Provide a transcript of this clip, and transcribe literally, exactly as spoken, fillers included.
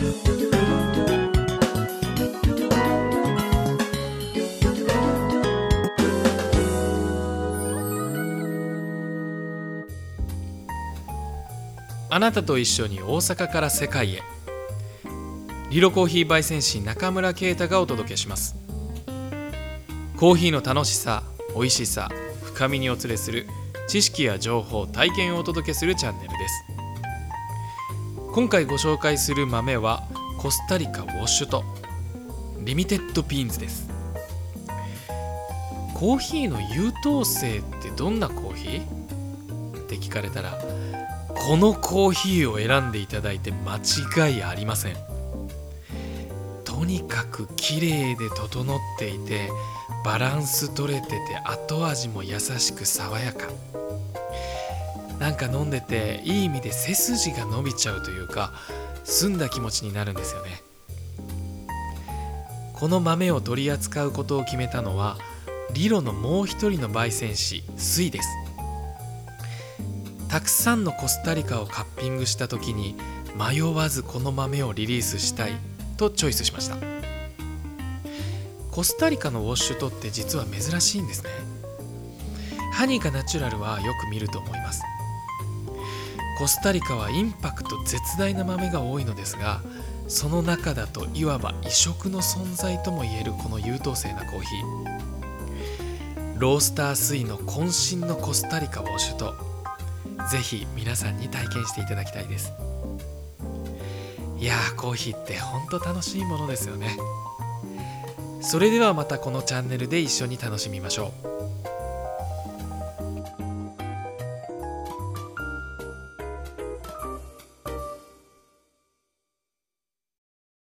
あなたと一緒に大阪から世界へ。リロコーヒー焙煎士中村啓太がお届けします。コーヒーの楽しさ、美味しさ、深みにお連れする知識や情報、体験をお届けするチャンネルです。今回ご紹介する豆はコスタリカウォッシュトリミテッドピーンズです。コーヒーの優等生ってどんなコーヒーって聞かれたら、このコーヒーを選んでいただいて間違いありません。とにかく綺麗で整っていて、バランス取れてて、後味も優しく爽やか。なんか飲んでていい意味で背筋が伸びちゃうというか、澄んだ気持ちになるんですよね。この豆を取り扱うことを決めたのはリロのもう一人の焙煎士スイです。たくさんのコスタリカをカッピングした時に迷わずこの豆をリリースしたいとチョイスしました。コスタリカのウォッシュトって実は珍しいんですね。ハニカナチュラルはよく見ると思います。コスタリカはインパクト絶大な豆が多いのですが、その中だといわば異色の存在ともいえるこの優等生なコーヒー、ロースタースイの渾身のコスタリカウォッシュト、ぜひ皆さんに体験していただきたいです。いやー、コーヒーってほんと楽しいものですよね。それではまたこのチャンネルで一緒に楽しみましょう。